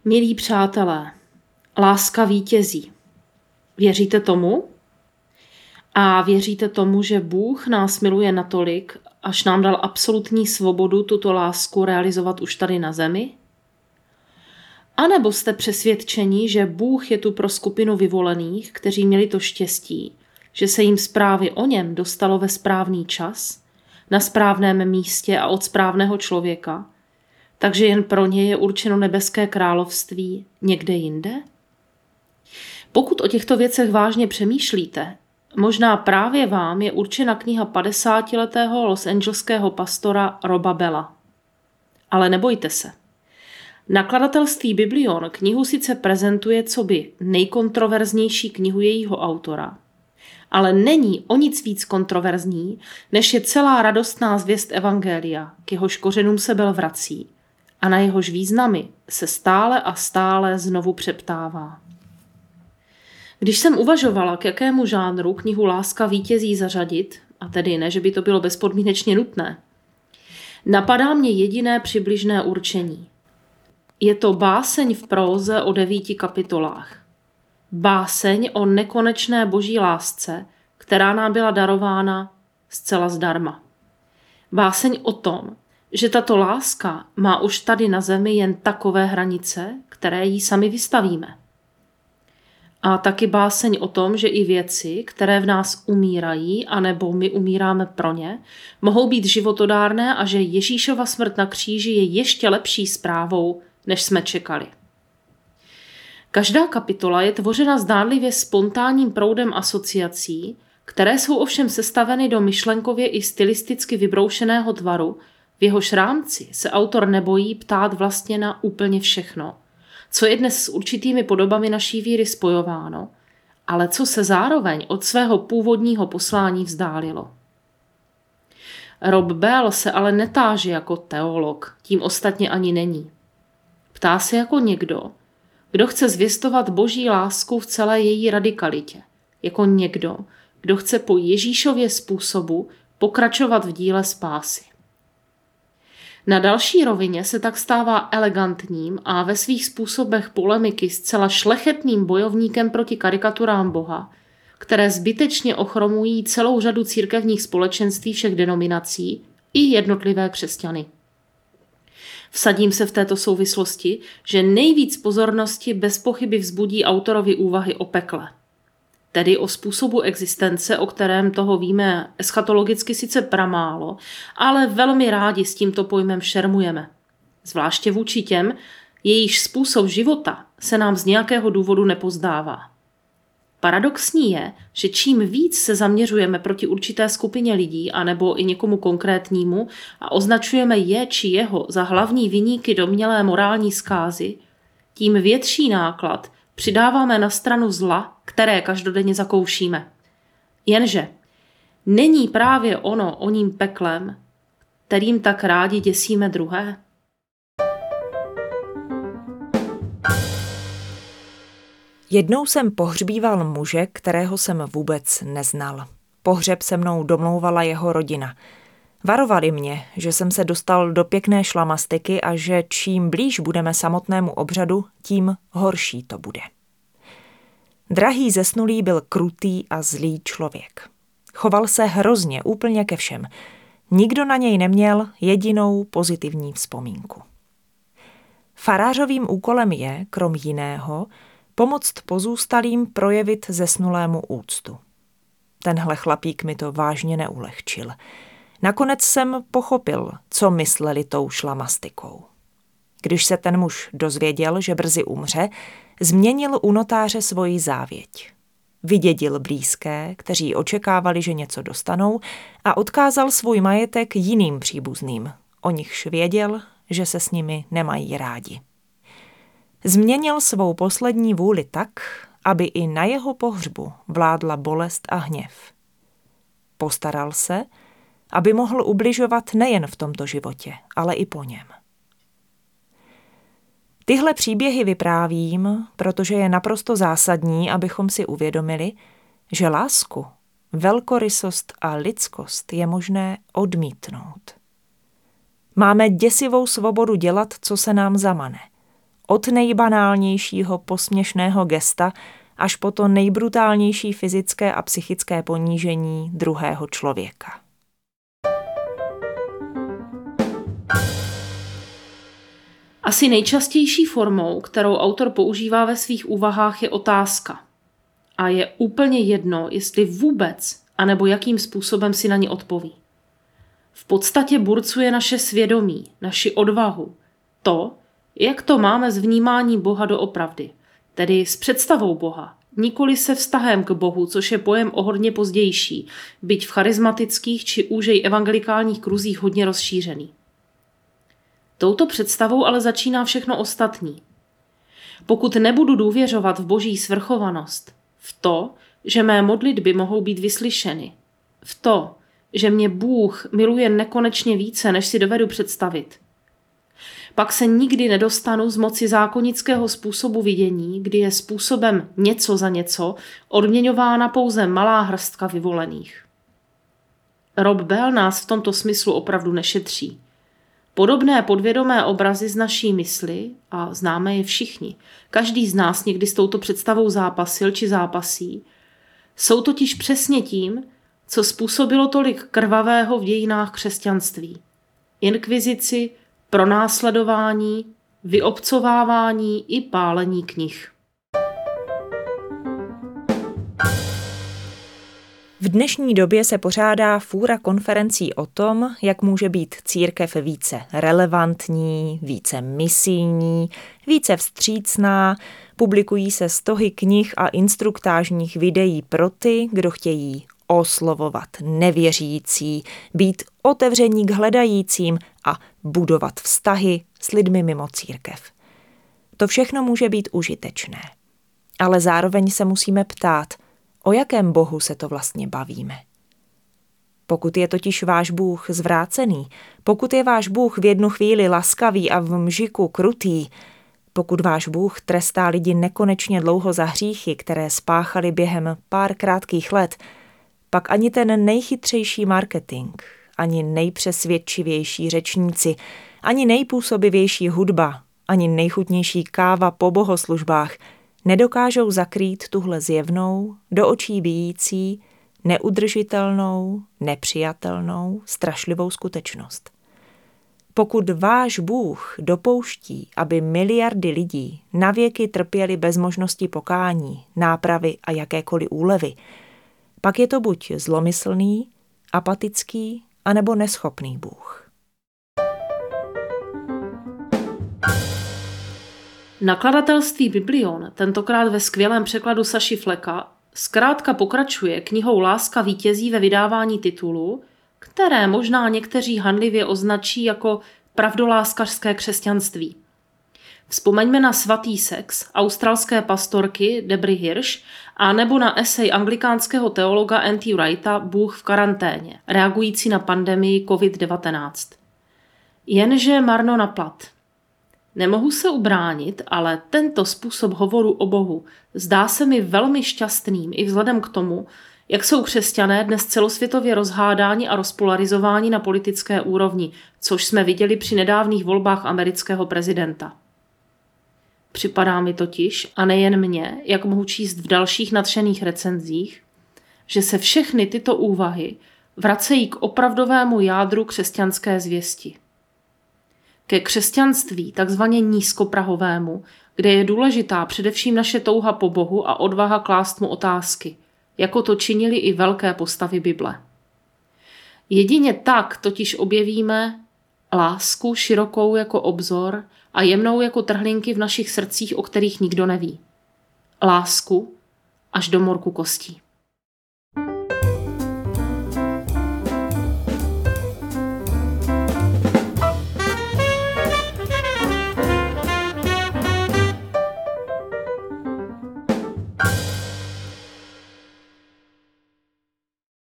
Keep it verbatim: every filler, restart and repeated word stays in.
Milí přátelé, láska vítězí. Věříte tomu? A věříte tomu, že Bůh nás miluje natolik, až nám dal absolutní svobodu tuto lásku realizovat už tady na zemi? A nebo jste přesvědčeni, že Bůh je tu pro skupinu vyvolených, kteří měli to štěstí, že se jim zprávy o něm dostalo ve správný čas, na správném místě a od správného člověka, takže jen pro ně je určeno nebeské království někde jinde? Pokud o těchto věcech vážně přemýšlíte, možná právě vám je určena kniha padesátiletého losangeleského pastora Roba Bella. Ale nebojte se. Nakladatelství Biblion knihu sice prezentuje coby nejkontroverznější knihu jejího autora, ale není o nic víc kontroverzní, než je celá radostná zvěst evangelia, k jehož kořenům se Bell vrací a na jehož významy se stále a stále znovu přeptává. Když jsem uvažovala, k jakému žánru knihu Láska vítězí zařadit, a tedy ne, že by to bylo bezpodmínečně nutné, napadá mě jediné přibližné určení. Je to báseň v próze o devíti kapitolách. Báseň o nekonečné boží lásce, která nám byla darována zcela zdarma. Báseň o tom, že tato láska má už tady na zemi jen takové hranice, které jí sami vystavíme. A taky báseň o tom, že i věci, které v nás umírají, anebo my umíráme pro ně, mohou být životodárné a že Ježíšova smrt na kříži je ještě lepší zprávou, než jsme čekali. Každá kapitola je tvořena zdánlivě spontánním proudem asociací, které jsou ovšem sestaveny do myšlenkově i stylisticky vybroušeného tvaru, v jehož rámci se autor nebojí ptát vlastně na úplně všechno, co je dnes s určitými podobami naší víry spojováno, ale co se zároveň od svého původního poslání vzdálilo. Rob Bell se ale netáže jako teolog, tím ostatně ani není. Ptá se jako někdo, kdo chce zvěstovat boží lásku v celé její radikalitě, jako někdo, kdo chce po Ježíšově způsobu pokračovat v díle spásy. Na další rovině se tak stává elegantním a ve svých způsobech polemiky zcela šlechetným bojovníkem proti karikaturám Boha, které zbytečně ochromují celou řadu církevních společenství všech denominací i jednotlivé křesťany. Vsadím se v této souvislosti, že nejvíc pozornosti bez pochyby vzbudí autorovi úvahy o pekle. Tedy o způsobu existence, o kterém toho víme eschatologicky sice pramálo, ale velmi rádi s tímto pojmem šermujeme. Zvláště vůči těm, jejíž způsob života se nám z nějakého důvodu nepozdává. Paradoxní je, že čím víc se zaměřujeme proti určité skupině lidí anebo i někomu konkrétnímu a označujeme je či jeho za hlavní viníky domnělé morální zkázy, tím větší náklad přidáváme na stranu zla, které každodenně zakoušíme. Jenže není právě ono oním peklem, kterým tak rádi děsíme druhé? Jednou jsem pohřbíval muže, kterého jsem vůbec neznal. Pohřeb se mnou domlouvala jeho rodina. Varovali mě, že jsem se dostal do pěkné šlamastyky a že čím blíž budeme samotnému obřadu, tím horší to bude. Drahý zesnulý byl krutý a zlý člověk. Choval se hrozně, úplně ke všem. Nikdo na něj neměl jedinou pozitivní vzpomínku. Farářovým úkolem je, krom jiného, pomoct pozůstalým projevit zesnulému úctu. Tenhle chlapík mi to vážně neulehčil. Nakonec jsem pochopil, co mysleli tou šlamastikou. Když se ten muž dozvěděl, že brzy umře, změnil u notáře svoji závěť. Vydědil blízké, kteří očekávali, že něco dostanou, a odkázal svůj majetek jiným příbuzným, o nichž věděl, že se s nimi nemají rádi. Změnil svou poslední vůli tak, aby i na jeho pohřbu vládla bolest a hněv. Postaral se, aby mohl ubližovat nejen v tomto životě, ale i po něm. Tyhle příběhy vyprávím, protože je naprosto zásadní, abychom si uvědomili, že lásku, velkorysost a lidskost je možné odmítnout. Máme děsivou svobodu dělat, co se nám zamane. Od nejbanálnějšího posměšného gesta až po to nejbrutálnější fyzické a psychické ponížení druhého člověka. Asi nejčastější formou, kterou autor používá ve svých úvahách, je otázka. A je úplně jedno, jestli vůbec, anebo jakým způsobem si na ní odpoví. V podstatě burcuje naše svědomí, naši odvahu, to, jak to máme s vnímání Boha doopravdy, tedy s představou Boha, nikoli se vztahem k Bohu, což je pojem o hodně pozdější, byť v charismatických či úžej evangelikálních kruzích hodně rozšířený. Touto představou ale začíná všechno ostatní. Pokud nebudu důvěřovat v Boží svrchovanost, v to, že mé modlitby mohou být vyslyšeny, v to, že mě Bůh miluje nekonečně více, než si dovedu představit, pak se nikdy nedostanu z moci zákonického způsobu vidění, kdy je způsobem něco za něco odměňována pouze malá hrstka vyvolených. Rob Bell nás v tomto smyslu opravdu nešetří. Podobné podvědomé obrazy z naší mysli, a známe je všichni, každý z nás někdy s touto představou zápasil či zápasí, jsou totiž přesně tím, co způsobilo tolik krvavého v dějinách křesťanství. Inkvizici, pronásledování, vyobcovávání i pálení knih. V dnešní době se pořádá fůra konferencí o tom, jak může být církev více relevantní, více misijní, více vstřícná, publikují se stohy knih a instruktážních videí pro ty, kdo chtějí oslovovat nevěřící, být otevření k hledajícím a budovat vztahy s lidmi mimo církev. To všechno může být užitečné. Ale zároveň se musíme ptát, o jakém Bohu se to vlastně bavíme. Pokud je totiž váš Bůh zvrácený, pokud je váš Bůh v jednu chvíli laskavý a v mžiku krutý, pokud váš Bůh trestá lidi nekonečně dlouho za hříchy, které spáchali během pár krátkých let, pak ani ten nejchytřejší marketing, ani nejpřesvědčivější řečníci, ani nejpůsobivější hudba, ani nejchutnější káva po bohoslužbách nedokážou zakrýt tuhle zjevnou, do očí bijící, neudržitelnou, nepřijatelnou, strašlivou skutečnost. Pokud váš Bůh dopouští, aby miliardy lidí navěky trpěli bez možnosti pokání, nápravy a jakékoliv úlevy, pak je to buď zlomyslný, apatický, anebo neschopný Bůh. Nakladatelství Biblion, tentokrát ve skvělém překladu Saši Fleka, zkrátka pokračuje knihou Láska vítězí ve vydávání titulu, které možná někteří hanlivě označí jako pravdoláskařské křesťanství. Vzpomeňme na Svatý sex australské pastorky Debry Hirsch a nebo na esej anglikánského teologa N T Wrighta Bůh v karanténě, reagující na pandemii covid devatenáct. Jenže marno na plat. Nemohu se ubránit, ale tento způsob hovoru o Bohu zdá se mi velmi šťastným i vzhledem k tomu, jak jsou křesťané dnes celosvětově rozhádáni a rozpolarizováni na politické úrovni, což jsme viděli při nedávných volbách amerického prezidenta. Připadá mi totiž, a nejen mně, jak mohu číst v dalších nadšených recenzích, že se všechny tyto úvahy vracejí k opravdovému jádru křesťanské zvěsti. Ke křesťanství, takzvaně nízkoprahovému, kde je důležitá především naše touha po Bohu a odvaha klást mu otázky, jako to činili i velké postavy Bible. Jedině tak totiž objevíme lásku širokou jako obzor a jemnou jako trhlinky v našich srdcích, o kterých nikdo neví. Lásku až do morku kostí.